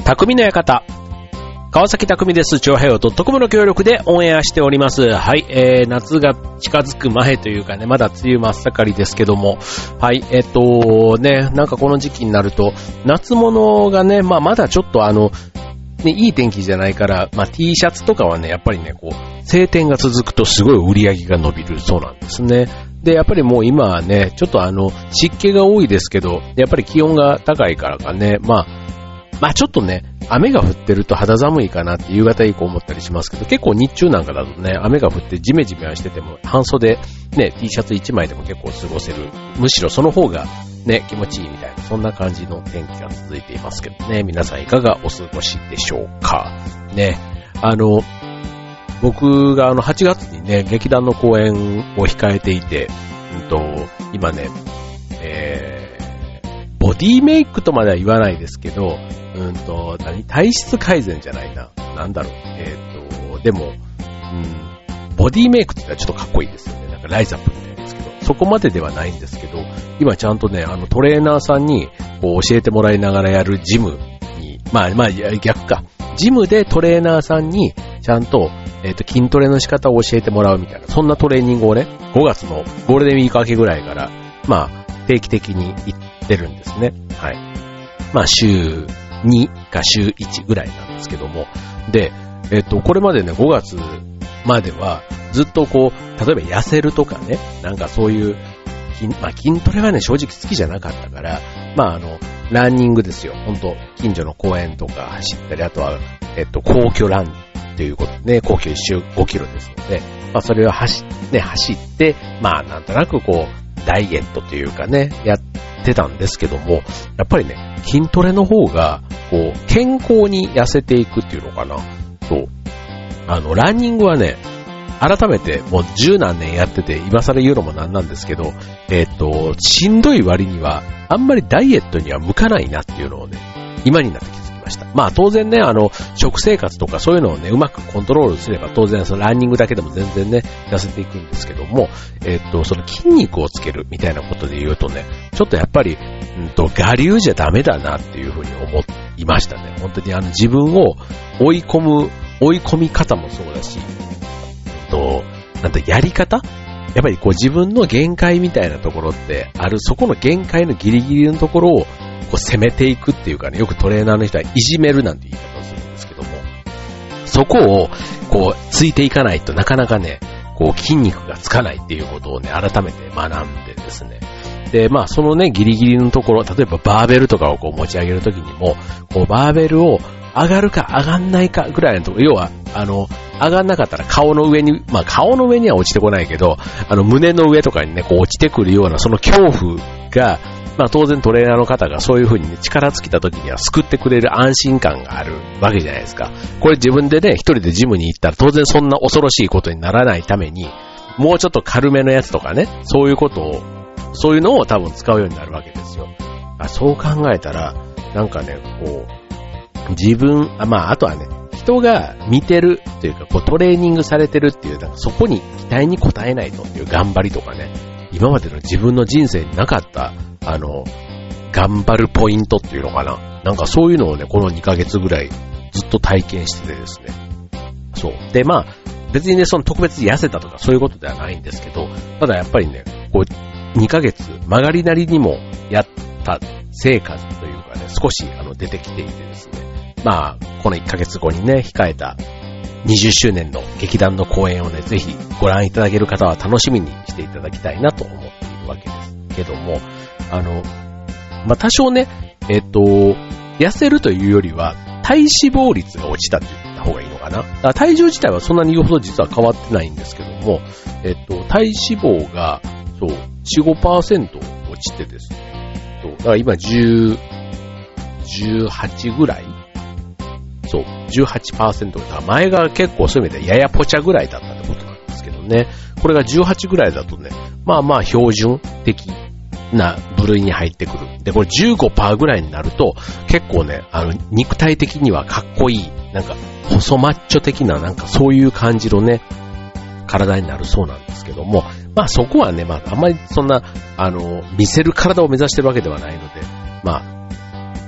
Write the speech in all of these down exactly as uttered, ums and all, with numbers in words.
匠の館。川崎匠です。超平洋 .com の協力でオンエアしております。はい、えー、夏が近づく前というかね、まだ梅雨真っ盛りですけども、はい、えっと、ね、なんかこの時期になると、夏物がね、まあまだちょっとあの、ね、いい天気じゃないから、まあ T シャツとかはね、やっぱりね、こう、晴天が続くとすごい売り上げが伸びるそうなんですね。で、やっぱりもう今はね、ちょっとあの、湿気が多いですけど、やっぱり気温が高いからかね、まあ、まあちょっとね、雨が降ってると肌寒いかなって夕方以降思ったりしますけど、結構日中なんかだとね、雨が降ってジメジメはしてても、半袖ね、T シャツいちまいでも結構過ごせる。むしろその方がね、気持ちいいみたいな、そんな感じの天気が続いていますけどね、皆さんいかがお過ごしでしょうか。ね、あの、僕があのはちがつにね、劇団の公演を控えていて、うんと、今ね、えー、ボディメイクとまでは言わないですけど、うんと、何体質改善じゃないな。なんだろう。えっと、でも、うん、ボディメイクって言ったらちょっとかっこいいですよね。なんかライザップみたいですけど、そこまでではないんですけど、今ちゃんとね、あのトレーナーさんにこう教えてもらいながらやるジムに、まあまあ逆か。ジムでトレーナーさんにちゃんと、えっと、筋トレの仕方を教えてもらうみたいな、そんなトレーニングをね、ごがつのゴールデンウィーク明けぐらいから、まあ、定期的に行ってるんですね。はい。まあ、週にか週いちぐらいなんですけども。で、えっと、これまでね、ごがつまでは、ずっとこう、例えば痩せるとかね、なんかそういう、まあ、筋トレはね、正直好きじゃなかったから、まあ、あの、ランニングですよ。ほんと、近所の公園とか走ったり、あとは、えっと、皇居ランということでね、皇居一周ごキロですので、まあ、それを走って、ね、走って、まあ、なんとなくこう、ダイエットというかね、やってたんですけども、やっぱりね、筋トレの方が、こう、健康に痩せていくっていうのかな。そう。あの、ランニングはね、改めてもう十何年やってて、今更言うのもなんなんですけど、えっと、しんどい割には、あんまりダイエットには向かないなっていうのをね、今になって気づきました。まあ当然ね、あの、食生活とかそういうのをね、うまくコントロールすれば、当然そのランニングだけでも全然ね、痩せていくんですけども、えっと、その筋肉をつけるみたいなことで言うとね、ちょっとやっぱり、うんと、我流じゃダメだなっていうふうに思いましたね。本当にあの、自分を追い込む、追い込み方もそうだし、と、なんとやり方？やっぱりこう自分の限界みたいなところってある、そこの限界のギリギリのところをこう攻めていくっていうかね、よくトレーナーの人はいじめるなんて言い方をするんですけども、そこをこうついていかないとなかなかね、こう筋肉がつかないっていうことをね、改めて学んでですね。で、まあそのね、ギリギリのところ、例えばバーベルとかをこう持ち上げるときにも、こうバーベルを上がるか上がんないかぐらいのところ、要は、あの、上がんなかったら顔の上に、まあ顔の上には落ちてこないけど、あの胸の上とかにね、こう落ちてくるようなその恐怖が、まあ当然トレーナーの方がそういう風にね、力尽きた時には救ってくれる安心感があるわけじゃないですか。これ自分でね、一人でジムに行ったら当然そんな恐ろしいことにならないために、もうちょっと軽めのやつとかね、そういうことを、そういうのを多分使うようになるわけですよ。あ、そう考えたら、なんかね、こう、自分、あ、まああとはね、人が見てるというか、こうトレーニングされてるっていう、なんかそこに期待に応えないとっていう頑張りとかね、今までの自分の人生になかった、あの、頑張るポイントっていうのかな。なんかそういうのをね、このにかげつぐらいずっと体験しててですね。そう。で、まあ、別にね、その特別痩せたとかそういうことではないんですけど、ただやっぱりね、こう、にかげつ曲がりなりにもやった成果というかね、少しあの出てきていてですね。まあ、このいっかげつごにね、控えたにじゅっしゅうねんの劇団の公演をね、ぜひご覧いただける方は楽しみにしていただきたいなと思っているわけですけども、あの、まあ、多少ね、えっと、痩せるというよりは、体脂肪率が落ちたって言った方がいいのかな。だから体重自体はそんなに言うほど実は変わってないんですけども、えっと、体脂肪が、そう、よん、ごパーセント 落ちてですね、だから今じゅう、じゅうはちぐらいそう、じゅうはちパーセント だ。前が結構そういう意味でややぽちゃぐらいだったってことなんですけどね。これがじゅうはちぐらいだとね、まあまあ標準的な部類に入ってくる。で、これ じゅうごパーセント ぐらいになると、結構ね、あの、肉体的にはかっこいい、なんか、細マッチョ的な、なんかそういう感じのね、体になるそうなんですけども、まあそこはね、まああんまりそんな、あの、見せる体を目指してるわけではないので、まあ、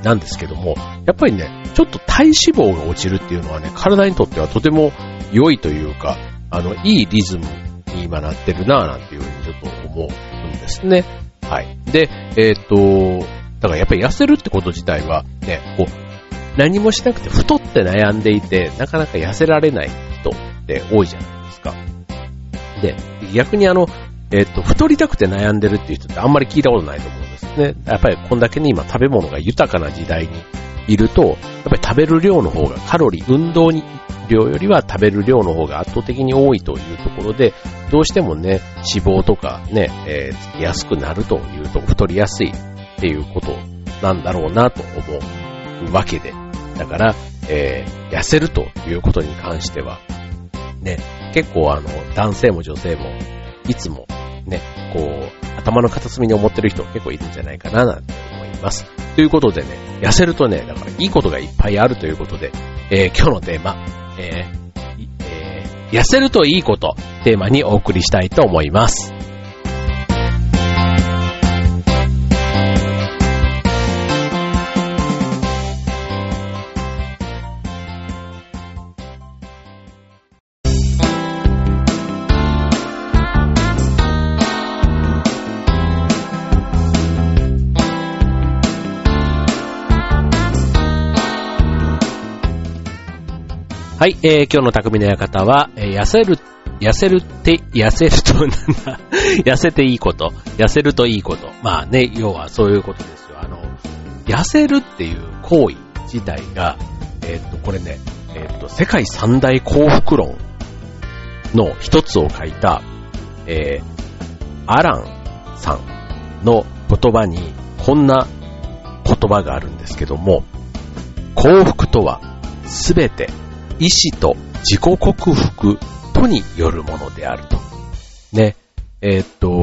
なんですけども、やっぱりね、ちょっと体脂肪が落ちるっていうのはね、体にとってはとても良いというか、あの、いいリズムに今なってるなぁなんていうふうにちょっと思うんですね。はい。で、えっと、だからやっぱり痩せるってこと自体はね、こう、何もしなくて太って悩んでいて、なかなか痩せられない人って多いじゃないですか。で、逆にあの、えっと、太りたくて悩んでるっていう人ってあんまり聞いたことないと思うんですね。やっぱりこんだけに今食べ物が豊かな時代にいると、やっぱり食べる量の方がカロリー、運動に量よりは食べる量の方が圧倒的に多いというところで、どうしてもね、脂肪とかね、えー、つきやすくなるというと太りやすいっていうことなんだろうなと思うわけで。だから、えー、痩せるということに関しては、ね、結構あの、男性も女性も、いつもね、こう、頭の片隅に思ってる人結構いるんじゃないかななんて思います。ということでね、痩せるとね、だからいいことがいっぱいあるということで、えー、今日のテーマ、えーえー、痩せるといいことテーマにお送りしたいと思います。はい、えー、今日の匠の館は、えー、痩せる、痩せるって、痩せると、なんだ、痩せていいこと、痩せるといいこと。まあね、要はそういうことですよ。あの、痩せるっていう行為自体が、えー、っと、これね、えー、っと、世界三大幸福論の一つを書いた、えー、アランさんの言葉に、こんな言葉があるんですけども、幸福とは、すべて、意志と自己克服とによるものであると。ね。えー、っと、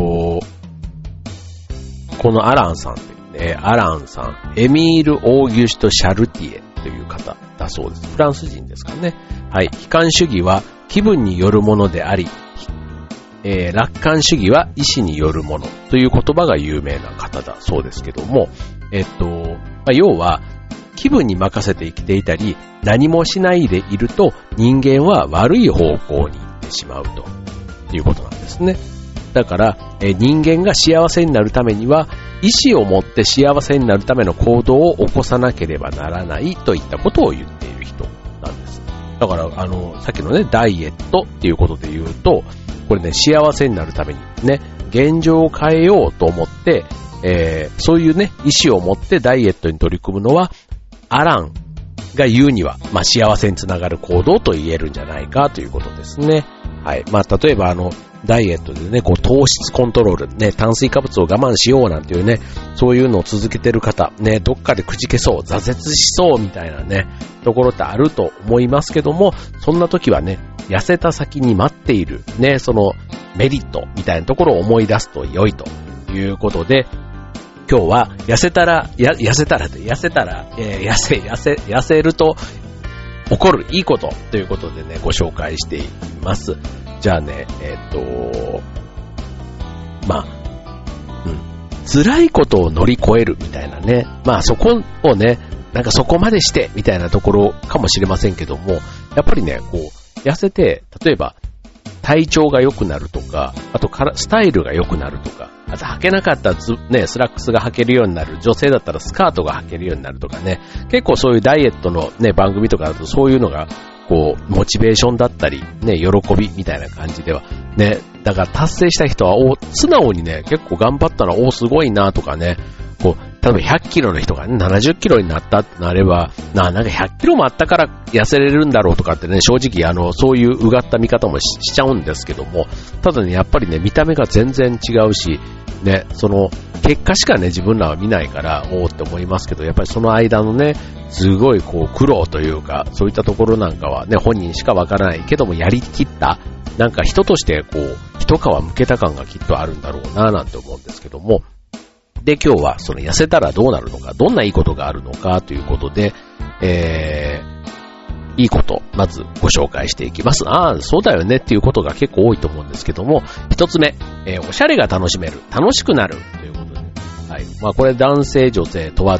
このアランさんってね、アランさん、エミール・オーギュスト・シャルティエという方だそうです。フランス人ですかね。はい。悲観主義は気分によるものであり、えー、楽観主義は意志によるものという言葉が有名な方だそうですけども、えー、っと、まあ、要は、気分に任せて生きていたり、何もしないでいると人間は悪い方向に行ってしまうということなんですね。だから、え人間が幸せになるためには、意志を持って幸せになるための行動を起こさなければならないといったことを言っている人なんです。だから、あの、さっきのね、ダイエットっていうことで言うと、これね、幸せになるためにね、現状を変えようと思って、えー、そういうね、意志を持ってダイエットに取り組むのは、アランが言うには、まあ、幸せにつながる行動と言えるんじゃないかということですね。はい。まあ、例えばあの、ダイエットでね、こう、糖質コントロール、ね、炭水化物を我慢しようなんていうね、そういうのを続けてる方、ね、どっかでくじけそう、挫折しそうみたいなね、ところってあると思いますけども、そんな時はね、痩せた先に待っている、ね、そのメリットみたいなところを思い出すと良いということで、今日は痩せたら、や、痩せたらで、痩せたら、えー、痩せ、痩せ、痩せると起こるいいことということでね、ご紹介しています。じゃあね、えっと、まあ、うん、辛いことを乗り越えるみたいなね、まあそこをね、なんかそこまでしてみたいなところかもしれませんけども、やっぱりね、こう、痩せて、例えば、体調が良くなるとか、あとからスタイルが良くなるとか、あと履けなかったズ、ね、スラックスが履けるようになる、女性だったらスカートが履けるようになるとかね、結構そういうダイエットのね、番組とかだとそういうのが、こう、モチベーションだったり、ね、喜びみたいな感じでは、ね、だから達成した人は、お、素直にね、結構頑張ったら、お、すごいなとかね、こう、例えばひゃっキロの人がね、ななじゅっキロになったってなれば、な、なんかひゃっキロもあったから痩せれるんだろうとかってね、正直あの、そういううがった見方も し, しちゃうんですけども、ただね、やっぱりね、見た目が全然違うし、ね、その、結果しかね、自分らは見ないから、おーって思いますけど、やっぱりその間のね、すごいこう、苦労というか、そういったところなんかはね、本人しかわからないけども、やりきった、なんか人としてこう、一皮むけた感がきっとあるんだろうな、なんて思うんですけども、で、今日はその痩せたらどうなるのか、どんないいことがあるのかということで、えー、いいこと、まずご紹介していきます。ああ、そうだよねっていうことが結構多いと思うんですけども、一つ目、えー、おしゃれが楽しめる、楽しくなるということで、はい。まあこれ男性女性問わず、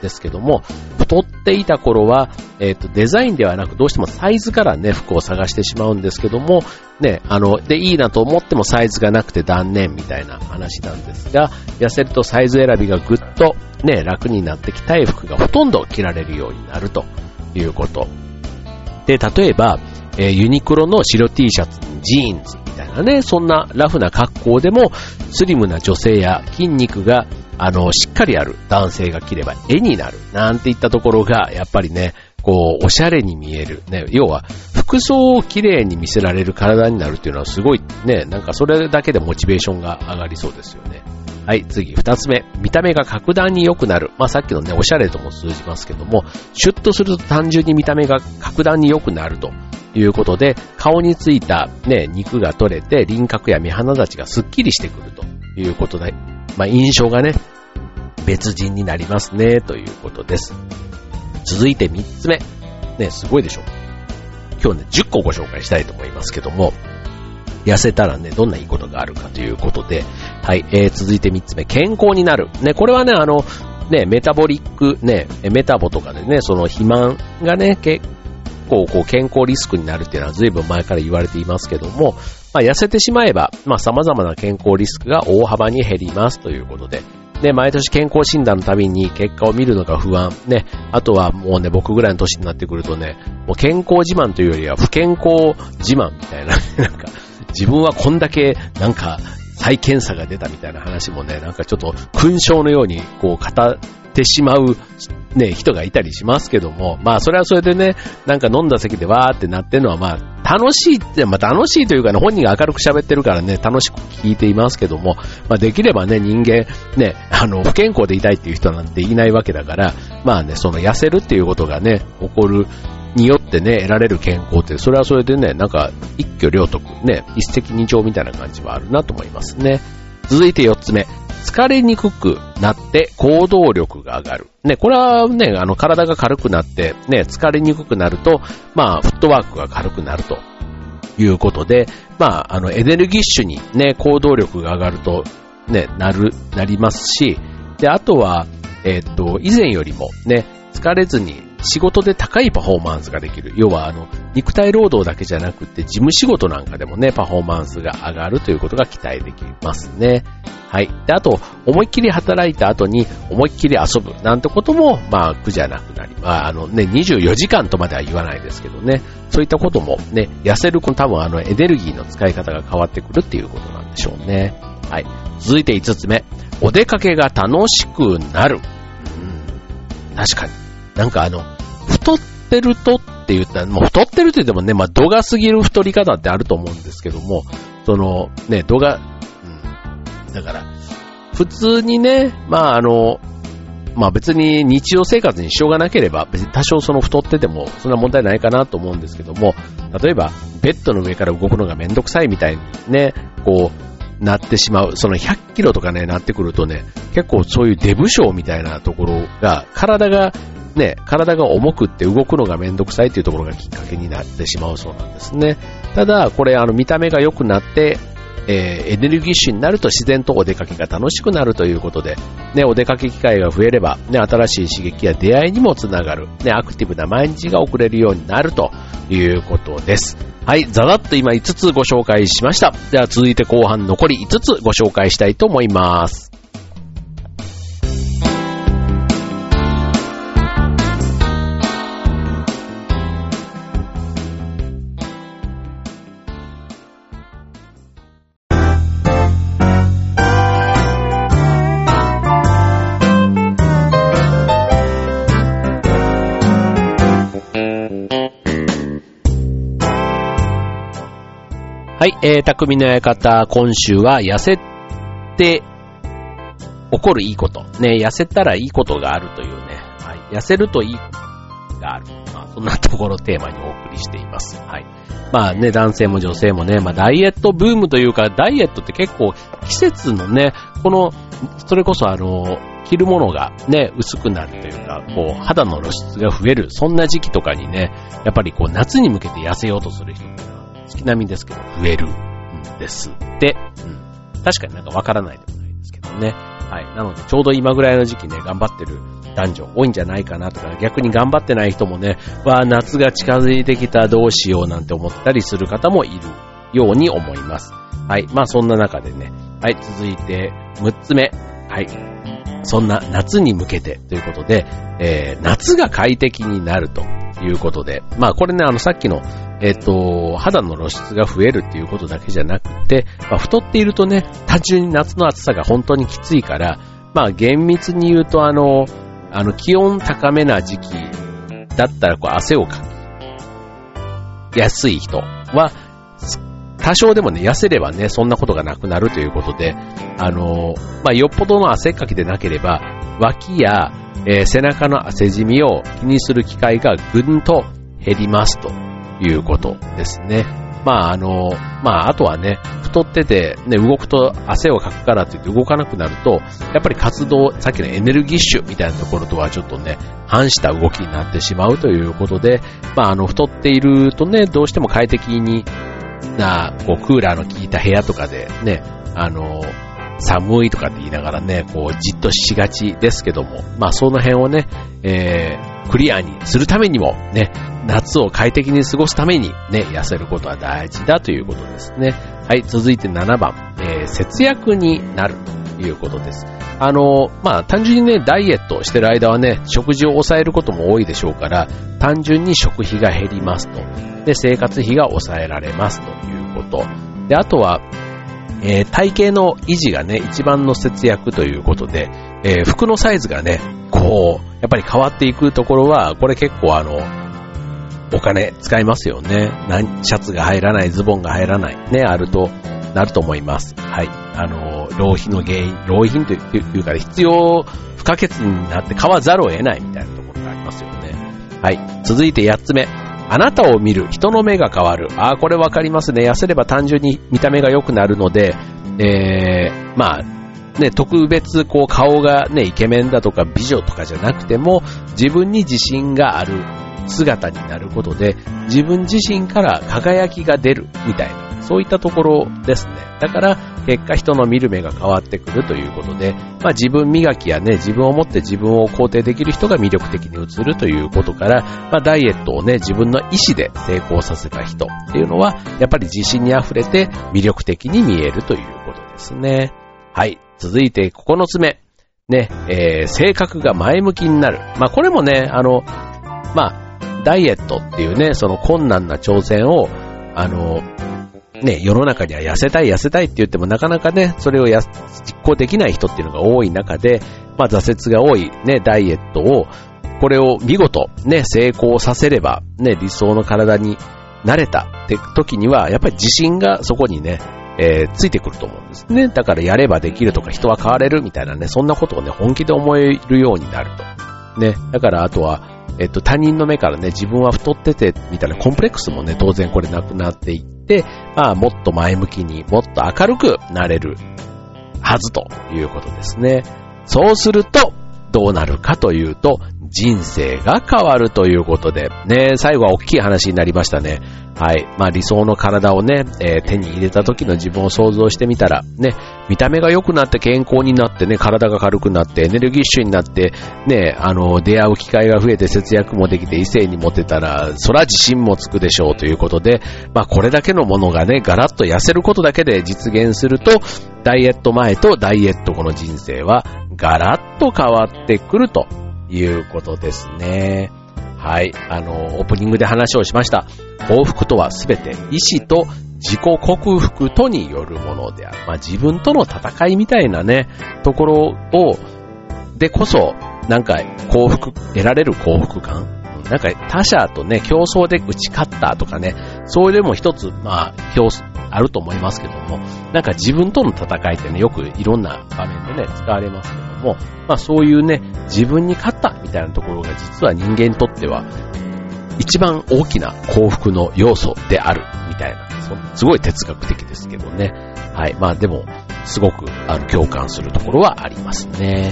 ですけども、太っていた頃は、えっと、デザインではなくどうしてもサイズからね、服を探してしまうんですけども、ね、あの、で、いいなと思ってもサイズがなくて断念みたいな話なんですが、痩せるとサイズ選びがぐっとね、楽になってきたい服がほとんど着られるようになるということ。で、例えば、えー、ユニクロの白 T シャツにジーンズみたいなね、そんなラフな格好でもスリムな女性や筋肉があのしっかりある男性が着れば絵になるなんていったところがやっぱりね、こうおしゃれに見えるね、要は服装を綺麗に見せられる体になるっていうのはすごいね、なんかそれだけでモチベーションが上がりそうですよね。はい、次二つ目、見た目が格段に良くなる。まあさっきのね、おしゃれとも通じますけども、シュッとすると単純に見た目が格段に良くなるということで、顔についたね、肉が取れて輪郭や目鼻立ちがスッキリしてくるということで、まあ印象がね、別人になりますねということです。続いて三つ目、ね、すごいでしょ。今日ね、じゅっこご紹介したいと思いますけども、痩せたらね、どんないいことがあるかということで、はい、えー、続いてみっつめ、健康になる。ね、これはね、あの、ね、メタボリック、ね、メタボとかでね、その肥満がね、結構こう健康リスクになるっていうのは随分前から言われていますけども、まあ、痩せてしまえば、まあ、様々な健康リスクが大幅に減りますということで、で、毎年健康診断のたびに結果を見るのが不安。ね。あとはもうね、僕ぐらいの年になってくるとね、もう健康自慢というよりは不健康自慢みたいな、なんか、自分はこんだけ、なんか、再検査が出たみたいな話もね、なんかちょっと勲章のように、こう、語ってしまう、ね、人がいたりしますけども、まあ、それはそれでね、なんか飲んだ席でわーってなってるのは、まあ、楽しいって、まあ、楽しいというかね、本人が明るく喋ってるからね、楽しく聞いていますけども、まあ、できればね、人間、ね、あの、不健康でいたいっていう人なんていないわけだから、まあね、その痩せるっていうことがね、起こる、によってね、得られる健康って、それはそれでね、なんか、一挙両得、ね、一石二鳥みたいな感じはあるなと思いますね。続いて四つ目。疲れにくくなって行動力が上がる。ね、これはね、あの、体が軽くなって、ね、疲れにくくなると、まあ、フットワークが軽くなるということで、まあ、あの、エネルギッシュにね、行動力が上がると、ね、なる、なりますし、で、あとは、えっと、以前よりもね、疲れずに、仕事で高いパフォーマンスができる。要は、あの、肉体労働だけじゃなくて、事務仕事なんかでもね、パフォーマンスが上がるということが期待できますね。はい。で、あと、思いっきり働いた後に、思いっきり遊ぶ。なんてことも、まあ、苦じゃなくなり、まあ、あのね、にじゅうよじかんとまでは言わないですけどね。そういったこともね、痩せる子多分あの、エネルギーの使い方が変わってくるっていうことなんでしょうね。はい。続いて五つ目。お出かけが楽しくなる。うん。確かに。なんかあの、太ってるとって言ったら、もう太ってるって言ってもね、まあ度が過ぎる太り方ってあると思うんですけども、そのね、度が、うん、だから、普通にね、まああの、まあ別に日常生活に支障がなければ、別に多少その太っててもそんな問題ないかなと思うんですけども、例えばベッドの上から動くのがめんどくさいみたいにね、こう、なってしまう。そのひゃっキロとかね、なってくるとね、結構そういうデブ症みたいなところが、体が、ね、体が重くって動くのがめんどくさいっていうところがきっかけになってしまうそうなんですね。ただ、これあの見た目が良くなって、えー、エネルギッシュになると自然とお出かけが楽しくなるということで、ね、お出かけ機会が増えれば、ね、新しい刺激や出会いにもつながる、ね、アクティブな毎日が送れるようになるということです。はい、ざざっと今いつつご紹介しました。では続いて後半残りいつつご紹介したいと思います。はい、えー、匠の館、今週は痩せて起こるいいこと。ね、痩せたらいいことがあるというね、はい、痩せるといいことがある。まあ、そんなところをテーマにお送りしています。はい。まあね、男性も女性もね、まあダイエットブームというか、ダイエットって結構季節のね、この、それこそあの、着るものがね、薄くなるというか、こう、肌の露出が増える、そんな時期とかにね、やっぱりこう、夏に向けて痩せようとする人っていうのは、月並みですけど、増えるんですって。うん。確かになんかわからないでもないですけどね。はい。なので、ちょうど今ぐらいの時期ね、頑張ってる男女多いんじゃないかなとか、逆に頑張ってない人もね、わあ夏が近づいてきたどうしようなんて思ったりする方もいるように思います。はい。まあそんな中でね、はい、続いてむっつめ。はい。そんな夏に向けてということで、えー、夏が快適になるということで、まあこれね、あのさっきの、えっと、肌の露出が増えるっていうことだけじゃなくて、まあ、太っているとね、単純に夏の暑さが本当にきついから、まあ厳密に言うとあの、あの気温高めな時期だったらこう汗をかきやすい人は、多少でもね、痩せればね、そんなことがなくなるということで、あの、まあ、よっぽどの汗っかきでなければ、脇や、えー、背中の汗じみを気にする機会がぐんと減りますということですね。まあ、あの、まあ、あとはね、太ってて、ね、動くと汗をかくからといって動かなくなると、やっぱり活動、さっきのエネルギッシュみたいなところとはちょっとね、反した動きになってしまうということで、まあ、あの、太っているとね、どうしても快適に、な、こう、クーラーの効いた部屋とかでね、あの、寒いとかって言いながらね、こう、じっとしがちですけども、まあ、その辺をね、えー、クリアにするためにも、ね、夏を快適に過ごすためにね、痩せることは大事だということですね。はい、続いてななばん、えー、節約になるということです。あの、まあ、単純にね、ダイエットしてる間はね、食事を抑えることも多いでしょうから、単純に食費が減りますと。で、生活費が抑えられますということ。で、あとは、えー、体型の維持がね、一番の節約ということで、えー、服のサイズがね、こう、やっぱり変わっていくところは、これ結構あの、お金使いますよね。シャツが入らない、ズボンが入らない、ね、あると、なると思います。はい。あの、浪費の原因、浪費というか、必要不可欠になって買わざるを得ないみたいなところがありますよね。はい。続いてやっつめ。あなたを見る人の目が変わる。ああ、これわかりますね。痩せれば単純に見た目が良くなるので、えー、まあ、ね、特別こう顔がね、イケメンだとか美女とかじゃなくても、自分に自信がある姿になることで、自分自身から輝きが出るみたいな、そういったところですね。だから結果人の見る目が変わってくるということで、まあ自分磨きやね、自分を持って自分を肯定できる人が魅力的に映るということから、まあダイエットをね、自分の意思で成功させた人っていうのは、やっぱり自信に溢れて魅力的に見えるということですね。はい。続いてここのつめ。ね、えー、性格が前向きになる。まあこれもね、あの、まあ、ダイエットっていうね、その困難な挑戦を、あの、ね、世の中には痩せたい痩せたいって言ってもなかなかね、それをや実行できない人っていうのが多い中で、まあ挫折が多いね、ダイエットを、これを見事ね、成功させれば、ね、理想の体になれたって時には、やっぱり自信がそこにね、えー、ついてくると思うんですね。だからやればできるとか人は変われるみたいなね、そんなことをね、本気で思えるようになると。ね、だからあとは、えっと、他人の目からね、自分は太ってて、みたいなコンプレックスもね、当然これなくなっていって、まあ、もっと前向きにもっと明るくなれるはずということですね。そうすると、どうなるかというと、人生が変わるということで、ね、最後は大きい話になりましたね。はい。まあ理想の体をね、えー、手に入れた時の自分を想像してみたら、ね、見た目が良くなって健康になってね、体が軽くなってエネルギッシュになって、ね、あの、出会う機会が増えて節約もできて異性にモテたら、そら自信もつくでしょうということで、まあこれだけのものがね、ガラッと痩せることだけで実現すると、ダイエット前とダイエット後の人生はガラッと変わってくるということですね。はい。あの、オープニングで話をしました。幸福とはすべて意志と自己克服とによるものである。まあ自分との戦いみたいなね、ところを、でこそ、なんか幸福、得られる幸福感。なんか他者とね、競争で打ち勝ったとかね、それでも一つ、まあ、競争、あると思いますけども、なんか自分との戦いってね、よくいろんな場面でね、使われますけども、まあそういうね、自分に勝ったみたいなところが実は人間にとっては、一番大きな幸福の要素であるみたいな、すごい哲学的ですけどね。はい。まあでも、すごくあの共感するところはありますね。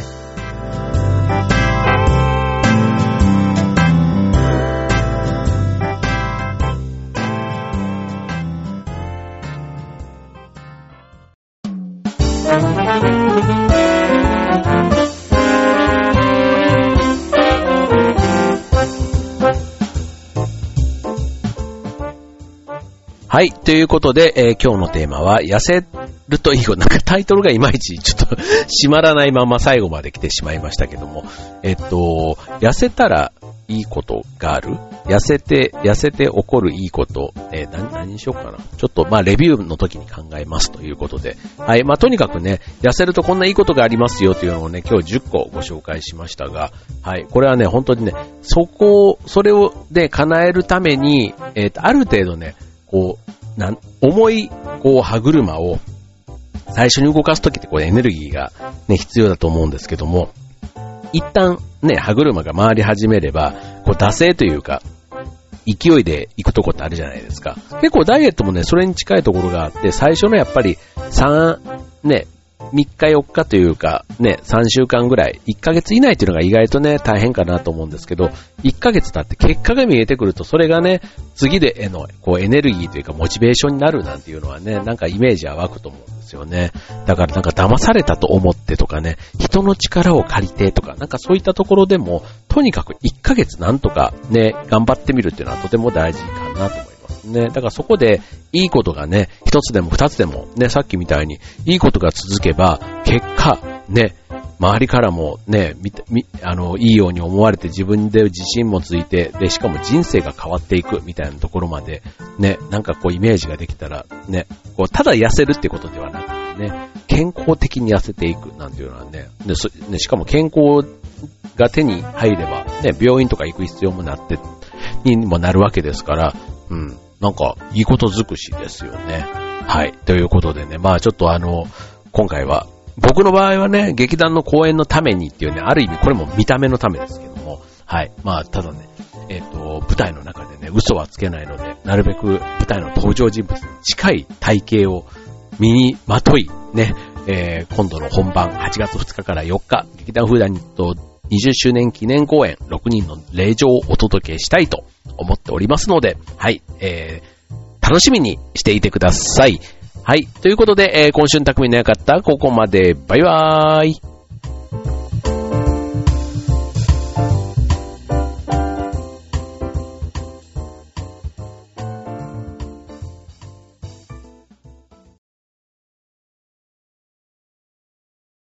はい。ということで、えー、今日のテーマは、痩せるといいこと。なんかタイトルがいまいちちょっと締まらないまま最後まで来てしまいましたけども、えっと、痩せたらいいことがある？痩せて、痩せて起こるいいこと、えー、何、何にしようかな。ちょっと、まあ、レビューの時に考えますということで。はい。まあ、とにかくね、痩せるとこんないいことがありますよというのをね、今日じゅっこご紹介しましたが、はい。これはね、本当にね、そこを、それをで叶えるために、えっと、ある程度ね、こう、なん、重い、こう、歯車を、最初に動かすときってこうエネルギーがね、必要だと思うんですけども、一旦ね、歯車が回り始めれば、こう、惰性というか、勢いで行くとこってあるじゃないですか。結構ダイエットもね、それに近いところがあって、最初のやっぱりさん、ね、みっかよっかというか、ね、さんしゅうかんぐらい、いっかげつ以内っていうのが意外とね、大変かなと思うんですけど、いっかげつ経って結果が見えてくると、それがね、次でへの、こう、エネルギーというか、モチベーションになるなんていうのはね、なんかイメージは湧くと思うんですよね。だからなんか騙されたと思ってとかね、人の力を借りてとか、なんかそういったところでも、とにかくいっかげつなんとかね、頑張ってみるっていうのはとても大事かなと思います。ね、だからそこでいいことがね、一つでも二つでもね、さっきみたいにいいことが続けば、結果ね、周りからもね、みみあのいいように思われて自分で自信もついて、でしかも人生が変わっていくみたいなところまでね、なんかこうイメージができたらね、こうただ痩せるってことではなくてね、健康的に痩せていくなんていうのはね、でそねしかも健康が手に入ればね、病院とか行く必要もなってにもなるわけですから、うん。なんか、いいこと尽くしですよね。はい。ということでね、まあちょっとあの、今回は、僕の場合はね、劇団の公演のためにっていうね、ある意味これも見た目のためですけども、はい。まあただね、えっと、舞台の中でね、嘘はつけないので、なるべく舞台の登場人物に近い体型を身にまとい、ね、えー、今度の本番はちがつふつかからよっか、劇団フーダニットにじゅっしゅうねん記念公演ろくにんの令状をお届けしたいと思っておりますので、はい、えー、楽しみにしていてください。はい、ということで、えー、今週の匠の館、ここまで。バイバーイ。